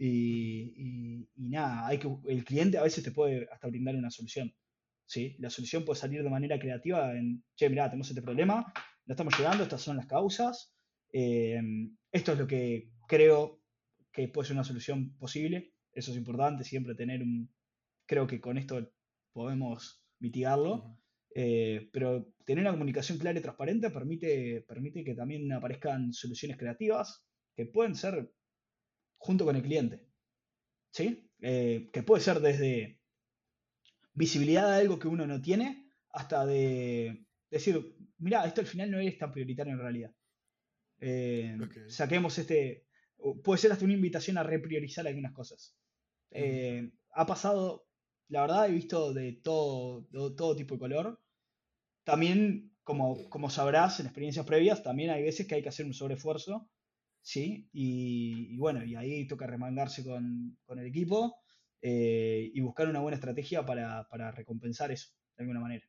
y nada, el cliente a veces te puede hasta brindar una solución, ¿sí? La solución puede salir de manera creativa en, che, mirá, tenemos este problema, no estamos llegando, estas son las causas, eh, esto es lo que creo que puede ser una solución posible, eso es importante, siempre tener creo que con esto podemos mitigarlo, Ujú. pero tener una comunicación clara y transparente permite que también aparezcan soluciones creativas que pueden ser junto con el cliente, ¿sí? Que puede ser desde visibilidad de algo que uno no tiene hasta de decir, mira, esto al final no es tan prioritario en realidad. Ok. Saquemos puede ser hasta una invitación a repriorizar algunas cosas. Ujú. Ha pasado, la verdad, he visto de todo tipo de color. También, como sabrás en experiencias previas, también hay veces que hay que hacer un sobreesfuerzo, ¿sí? Y bueno, y ahí toca remangarse con el equipo y buscar una buena estrategia para recompensar eso, de alguna manera.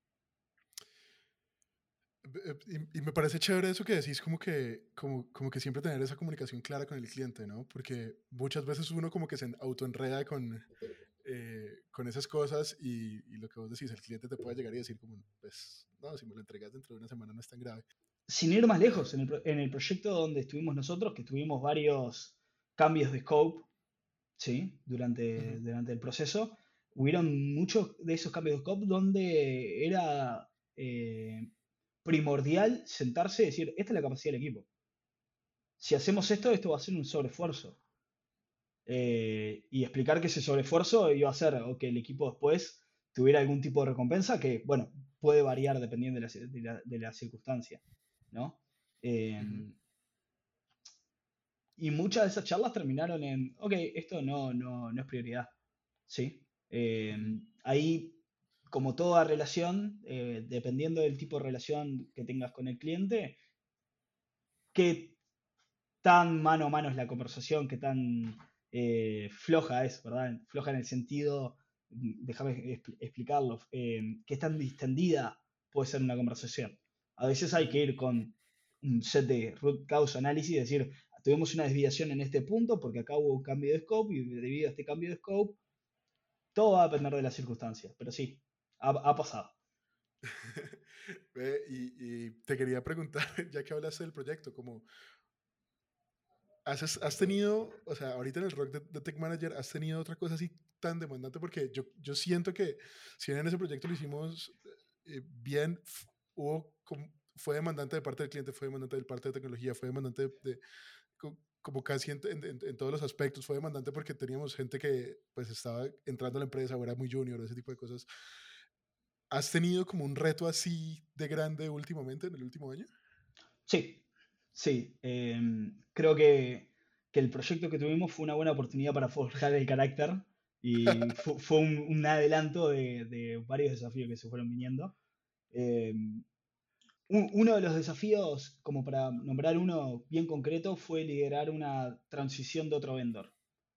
Y me parece chévere eso que decís, como que siempre tener esa comunicación clara con el cliente, ¿no? Porque muchas veces uno como que se autoenreda con esas cosas y lo que vos decís, el cliente te puede llegar y decir como, pues, no, si me lo entregas dentro de una semana no es tan grave. Sin ir más lejos, en el proyecto donde estuvimos nosotros, que tuvimos varios cambios de scope, ¿sí? Ujú. Durante el proceso, hubieron muchos de esos cambios de scope donde era primordial sentarse y decir, esta es la capacidad del equipo. Si hacemos esto, esto va a ser un sobreesfuerzo. Y explicar que ese sobreesfuerzo iba a hacer o que el equipo después tuviera algún tipo de recompensa que, bueno, puede variar dependiendo de la circunstancia, ¿no? Eh, Ujú. y muchas de esas charlas terminaron en, ok, esto no es prioridad, ¿sí? Ujú. Ahí, como toda relación, dependiendo del tipo de relación que tengas con el cliente, qué tan mano a mano es la conversación, qué tan floja es, ¿verdad? Floja en el sentido, déjame explicarlo, qué tan distendida puede ser una conversación. A veces hay que Ujú. ir con un set de root cause análisis y decir, tuvimos una desviación en este punto porque acá hubo un cambio de scope y debido a este cambio de scope, todo va a depender de las circunstancias, pero sí, ha pasado. Y te quería preguntar, ya que hablaste del proyecto, como, has tenido, o sea, ahorita en el rol de Tech Manager, has tenido otra cosa así tan demandante? Porque yo siento que si bien en ese proyecto lo hicimos bien, fue demandante de parte del cliente, fue demandante de parte de tecnología, fue demandante como casi en todos los aspectos, fue demandante porque teníamos gente que pues estaba entrando a la empresa o era muy junior o ese tipo de cosas. ¿Has tenido como un reto así de grande últimamente, en el último año? Sí, sí. Creo que el proyecto que tuvimos fue una buena oportunidad para forjar el carácter y fue un adelanto de varios desafíos que se fueron viniendo. Em, Uno de los desafíos, como para nombrar uno bien concreto, fue liderar una transición de otro vendor.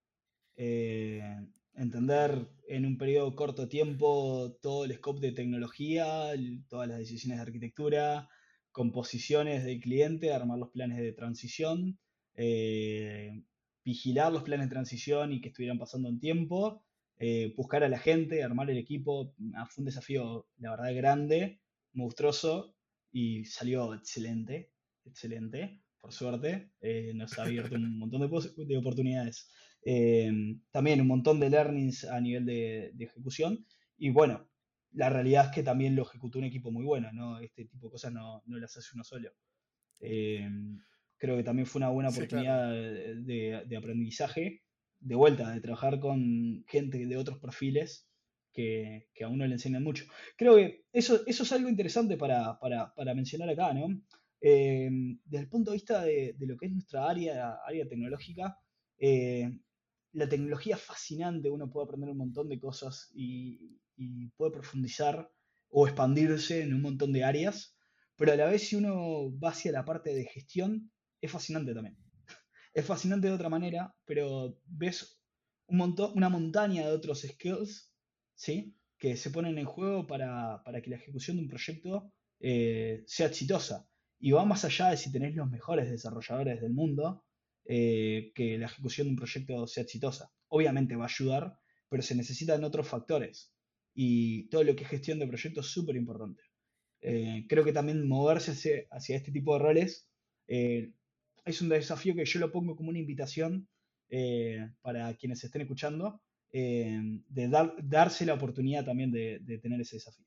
Ok. Entender en un periodo corto de tiempo todo el scope de tecnología, todas las decisiones de arquitectura, composiciones del cliente, armar los planes de transición, eh, vigilar los planes de transición y que estuvieran pasando en tiempo, buscar a la gente, armar el equipo. Fue un desafío, la verdad, grande, monstruoso, y salió excelente, excelente, por suerte. Nos ha abierto un montón de oportunidades. También un montón de learnings a nivel de ejecución. Y bueno, la realidad es que también lo ejecutó un equipo muy bueno, ¿no? Este tipo de cosas no las hace uno solo. Eh, Creo que también fue una buena Sí, claro. oportunidad de aprendizaje, de vuelta, de trabajar con gente de otros perfiles que a uno le enseñan mucho. Creo que eso es algo interesante para mencionar acá, ¿no? Desde el punto de vista de lo que es nuestra área tecnológica, eh, la tecnología es fascinante, uno puede aprender un montón de cosas y puede profundizar o expandirse en un montón de áreas, pero a la vez si uno va hacia la parte de gestión, es fascinante también. Es fascinante de otra manera, pero ves una montaña de otros skills, ¿sí? Que se ponen en juego para que la ejecución de un proyecto sea exitosa. Y va más allá de si tenés los mejores desarrolladores del mundo, que la ejecución de un proyecto sea exitosa. Obviamente va a ayudar, pero se necesitan otros factores. Y todo lo que es gestión de proyectos es súper importante. Creo que también moverse hacia este tipo de roles eh, es un desafío que yo lo pongo como una invitación para quienes estén escuchando, de darse la oportunidad también de tener ese desafío.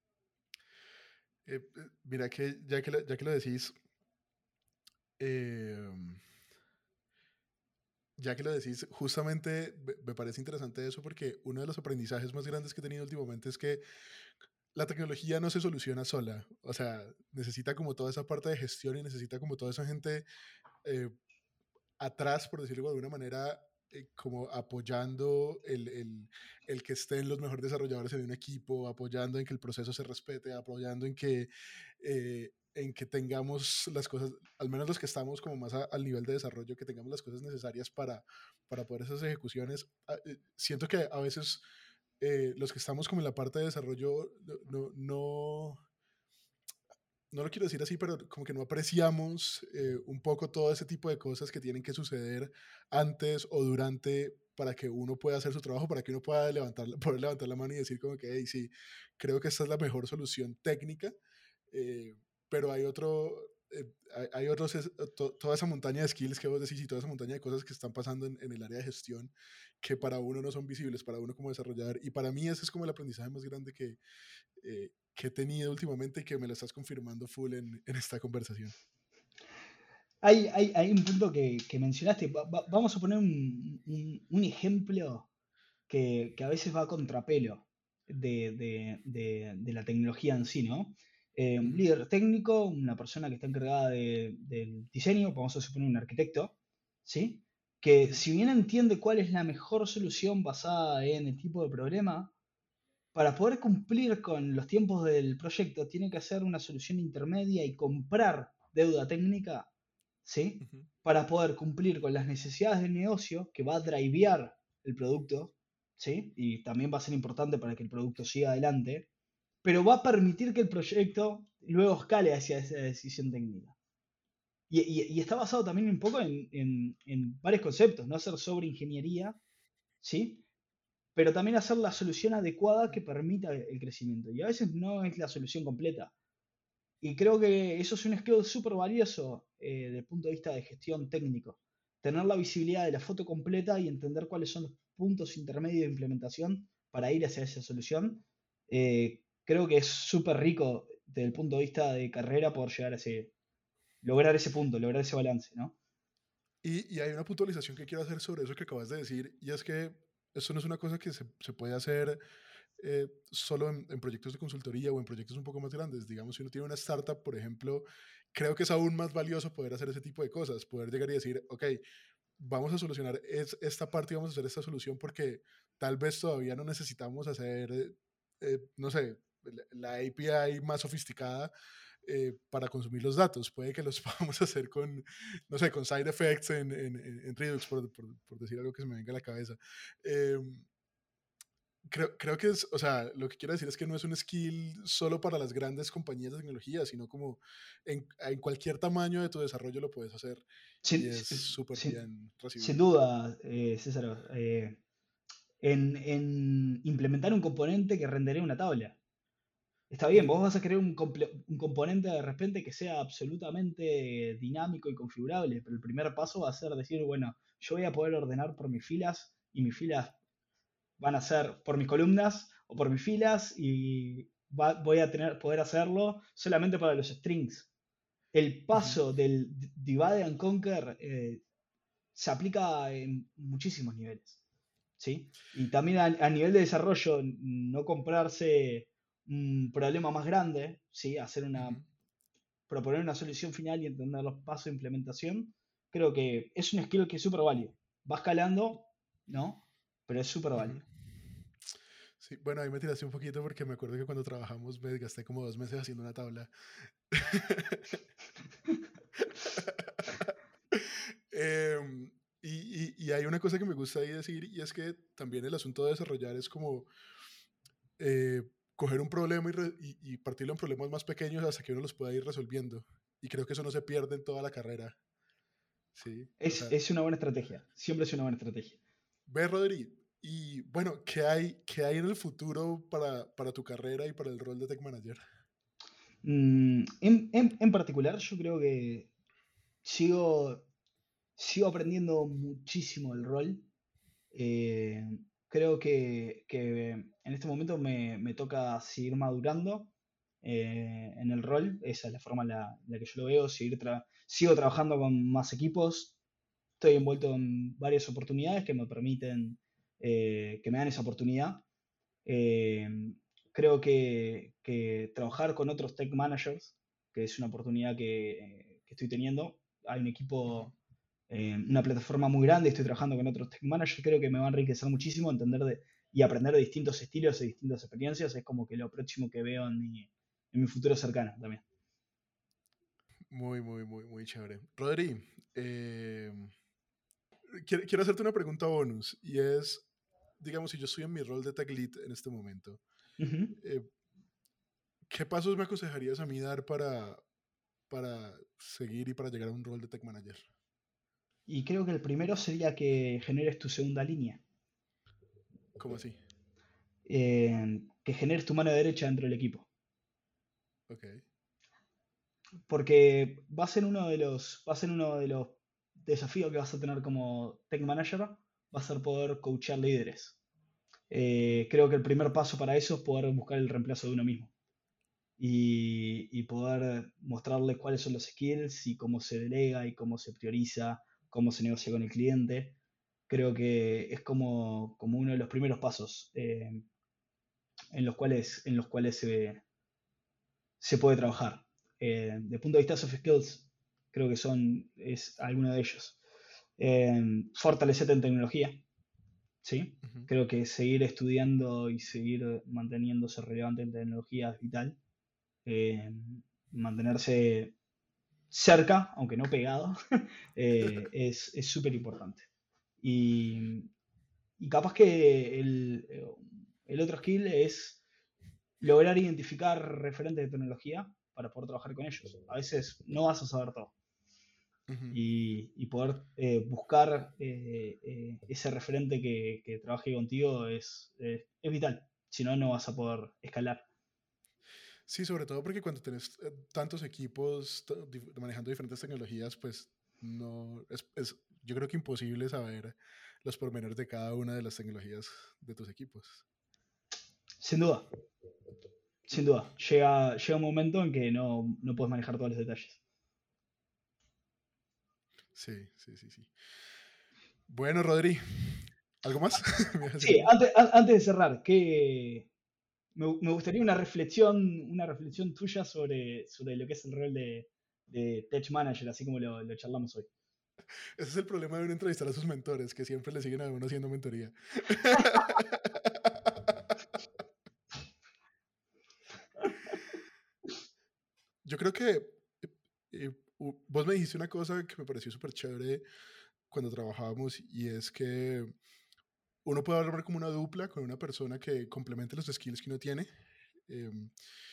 Mira que ya que lo decís, eh, ya que lo decís, justamente me parece interesante eso porque uno de los aprendizajes más grandes que he tenido últimamente es que la tecnología no se soluciona sola. O sea, necesita como toda esa parte de gestión y necesita como toda esa gente eh, atrás, por decirlo de alguna manera, como apoyando el que estén los mejores desarrolladores en un equipo, apoyando en que el proceso se respete, apoyando en que tengamos las cosas, al menos los que estamos como más al nivel de desarrollo, que tengamos las cosas necesarias para poder esas ejecuciones. Siento que a veces los que estamos como en la parte de desarrollo no lo quiero decir así, pero como que no apreciamos un poco todo ese tipo de cosas que tienen que suceder antes o durante para que uno pueda hacer su trabajo, para que uno pueda poder levantar la mano y decir como que, hey, sí, creo que esta es la mejor solución técnica, eh, pero hay otros, toda esa montaña de skills que vos decís y toda esa montaña de cosas que están pasando en el área de gestión que para uno no son visibles, para uno como desarrollador. Y para mí ese es como el aprendizaje más grande que he tenido últimamente y que me lo estás confirmando full en esta conversación. Hay un punto que mencionaste. Vamos a poner un ejemplo que a veces va a contrapelo de la tecnología en sí, ¿no? Un Ujú, líder técnico, una persona que está encargada del diseño, vamos a suponer un arquitecto, ¿sí? Que ujú. si bien entiende cuál es la mejor solución basada en el tipo de problema, para poder cumplir con los tiempos del proyecto, tiene que hacer una solución intermedia y comprar deuda técnica, ¿sí? Ujú. Para poder cumplir con las necesidades del negocio, que va a drivear el producto, ¿sí? Y también va a ser importante para que el producto siga adelante, pero va a permitir que el proyecto luego escale hacia esa decisión técnica. Y está basado también un poco en varios conceptos, no hacer sobreingeniería, ¿sí? Pero también hacer la solución adecuada que permita el crecimiento. Y a veces no es la solución completa. Y creo que eso es un skill súper valioso desde el punto de vista de gestión técnico. Tener la visibilidad de la foto completa y entender cuáles son los puntos intermedios de implementación para ir hacia esa solución. Creo que es súper rico desde el punto de vista de carrera poder llegar a lograr ese punto, lograr ese balance, ¿no? Y hay una puntualización que quiero hacer sobre eso que acabas de decir, y es que esto no es una cosa que se puede hacer solo en proyectos de consultoría o en proyectos un poco más grandes. Digamos, si uno tiene una startup, por ejemplo, creo que es aún más valioso poder hacer ese tipo de cosas, poder llegar y decir, ok, vamos a solucionar esta parte y vamos a hacer esta solución porque tal vez todavía no necesitamos hacer, no sé, la API más sofisticada para consumir los datos. Puede que los podamos hacer con, no sé, con side effects en Redux, por decir algo que se me venga a la cabeza. Eh, creo que es, o sea, lo que quiero decir es que no es un skill solo para las grandes compañías de tecnología, sino como en cualquier tamaño de tu desarrollo lo puedes hacer y Sin, es súper sin- bien sin recibido. duda, César, en implementar un componente que rendería una tabla. Está bien, vos Ujú, vas a querer un componente de repente que sea absolutamente dinámico y configurable, pero el primer paso va a ser decir, bueno, yo voy a poder ordenar por mis filas y mis filas van a ser por mis columnas o por mis filas y voy a poder hacerlo solamente para los strings. El ujú, paso del divide and conquer se aplica en muchísimos niveles, ¿sí? Y también a nivel de desarrollo, no comprarse un problema más grande, ¿sí? ujú. Proponer una solución final y entender los pasos de implementación, creo que es un skill que es súper válido. Va escalando, ¿no? Pero es súper Ujú. válido. Sí, bueno, ahí me tiraste un poquito porque me acuerdo que cuando trabajamos me gasté como 2 meses haciendo una tabla. Em, y hay una cosa que me gusta ahí decir, y es que también el asunto de desarrollar es como eh, coger un problema y partirlo en problemas más pequeños hasta que uno los pueda ir resolviendo. Y creo que eso no se pierde en toda la carrera. Sí, o sea, Es una buena estrategia. Siempre es una buena estrategia. ve, Rodri, y bueno, qué hay en el futuro para tu carrera y para el rol de Tech Manager? En particular, yo creo que sigo, sigo aprendiendo muchísimo el rol. Eh, Creo que en este momento me toca seguir madurando en el rol. Esa es la forma en la que yo lo veo. Sigo trabajando con más equipos. Estoy envuelto en varias oportunidades que me permiten, que me dan esa oportunidad. Eh, Creo que trabajar con otros tech managers, que es una oportunidad que estoy teniendo. Hay un Ujú. equipo, una plataforma muy grande, estoy trabajando con otros tech managers, creo que me va a enriquecer muchísimo y aprender de distintos estilos y distintas experiencias. Es como que lo próximo que veo en mi futuro cercano también. Muy, muy, muy, muy chévere. Rodri, eh, quiero hacerte una pregunta bonus y es, digamos, si yo estoy en mi rol de tech lead en este momento, Ujú. eh, ¿qué pasos me aconsejarías a mí dar para seguir y para llegar a un rol de tech manager? Y creo que el primero sería que generes tu segunda línea, ¿Cómo así? que generes tu mano derecha dentro del equipo. Ok. Porque va a ser uno de los desafíos que vas a tener como tech manager, va a ser poder coachear líderes. Ujú. Creo que el primer paso para eso es poder buscar el reemplazo de uno mismo y poder mostrarles cuáles son los skills y cómo se delega y cómo se prioriza, cómo se negocia con el cliente. Creo que es como uno de los primeros pasos en los cuales se puede trabajar. De punto de vista soft skills, creo que es alguno de ellos. Fortalecerte en tecnología, ¿sí? Ujú. Creo que seguir estudiando y seguir manteniéndose relevante en tecnología es vital. Eh, Mantenerse cerca, aunque no pegado, es súper importante. Y, y capaz que el otro skill es lograr identificar referentes de tecnología para poder trabajar con ellos. A veces no vas a saber todo Ujú. y poder buscar ese referente que trabaje contigo es vital. Si no, no vas a poder escalar. Sí, sobre todo porque cuando tenés tantos equipos manejando diferentes tecnologías, pues no yo creo que imposible saber los pormenores de cada una de las tecnologías de tus equipos. Sin duda, sin duda. Llega un momento en que no puedes manejar todos los detalles. Sí, sí, sí, sí. Bueno, Rodri, ¿algo más? ¿Me vas a decir Sí, algo? antes de cerrar, me gustaría una reflexión tuya sobre lo que es el rol de Tech Manager, así como lo charlamos hoy. Ese es el problema de uno entrevistar a sus mentores, que siempre le siguen a uno haciendo mentoría. Yo creo que vos me dijiste una cosa que me pareció súper chévere cuando trabajábamos y es que uno puede hablar como una dupla con una persona que complemente los skills que uno tiene. em,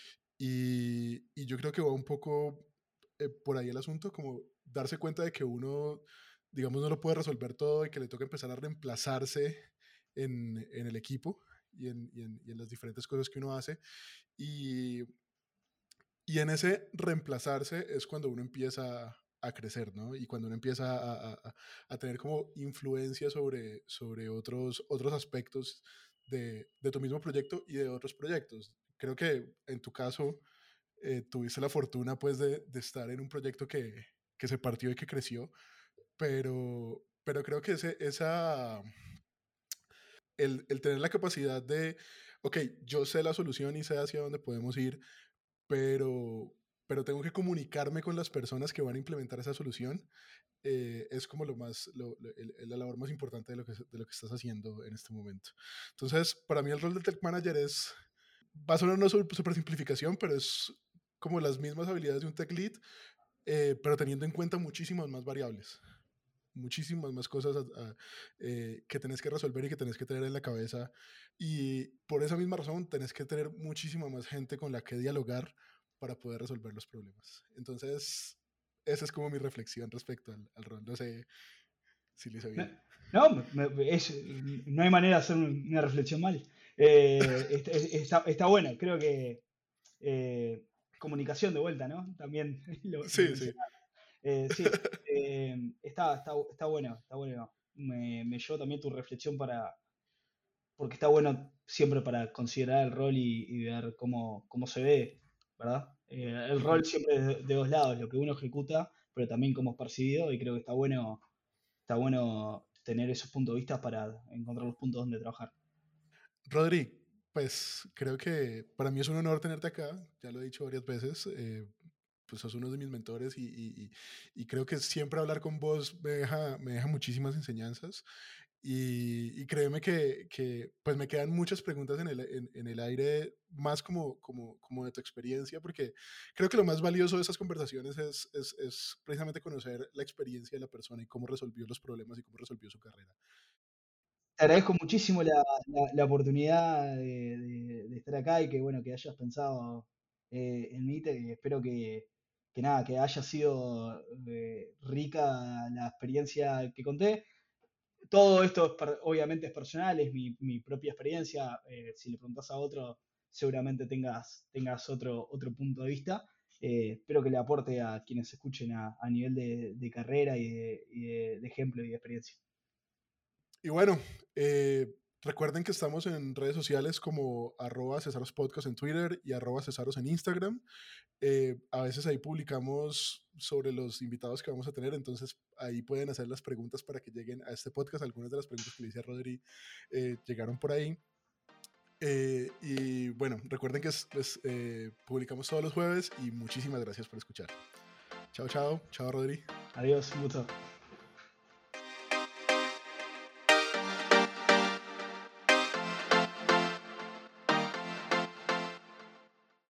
y yo creo que va un poco por ahí el asunto, como darse cuenta de que uno, digamos, no lo puede resolver todo y que le toca empezar a reemplazarse en el equipo y en las diferentes cosas que uno hace. Y, y en ese reemplazarse es cuando uno empieza a crecer, ¿no? Y cuando uno empieza a tener como influencia sobre otros aspectos de tu mismo proyecto y de otros proyectos. Creo que en tu caso tuviste la fortuna pues de estar en un proyecto que se partió y que creció, pero creo que el tener la capacidad de, ok, yo sé la solución y sé hacia dónde podemos ir, pero, pero tengo que comunicarme con las personas que van a implementar esa solución, es como la labor más importante de lo que estás haciendo en este momento. Entonces, para mí el rol del tech manager va a sonar una super simplificación, pero es como las mismas habilidades de un tech lead, pero teniendo en cuenta muchísimas más variables, muchísimas más cosas que tenés que resolver y que tenés que tener en la cabeza. Y por esa misma razón tenés que tener muchísima más gente con la que dialogar para poder resolver los problemas. Entonces, esa es como mi reflexión respecto al rol. No sé si lo hice No, bien. no, no hay manera de hacer una reflexión mal. Está bueno, creo que comunicación de vuelta, ¿no? También lo Sí, sí. mencionaba. Sí, está bueno, está bueno. Me llevo también tu reflexión porque está bueno siempre para considerar el rol y ver cómo se ve, ¿verdad? El rol Ujú. siempre es de dos lados, lo que uno ejecuta, pero también cómo es percibido, y creo que está bueno tener esos puntos de vista para encontrar los puntos donde trabajar. Rodri, pues creo que para mí es un honor tenerte acá, ya lo he dicho varias veces, pues sos uno de mis mentores y creo que siempre hablar con vos me deja muchísimas enseñanzas y créeme pues me quedan muchas preguntas en el aire, más como de tu experiencia, porque creo que lo más valioso de esas conversaciones es precisamente conocer la experiencia de la persona y cómo resolvió los problemas y cómo resolvió su carrera. Te agradezco muchísimo la oportunidad de estar acá y que bueno, que hayas pensado en mí. Espero que nada, que haya sido rica la experiencia que conté. Todo esto obviamente es personal, es mi propia experiencia. Si le preguntas a otro, seguramente tengas otro punto de vista. Espero que le aporte a quienes escuchen a nivel de carrera y de ejemplo y de experiencia. Y bueno, recuerden que estamos en redes sociales como @cesarospodcast en Twitter y @cesaros en Instagram. A veces ahí publicamos sobre los invitados que vamos a tener, entonces ahí pueden hacer las preguntas para que lleguen a este podcast. Algunas de las preguntas que le hice a Rodri llegaron por ahí. Y bueno, recuerden que publicamos todos los jueves y muchísimas gracias por escuchar. Chao, chao. Chao, Rodri. Adiós, un gusto.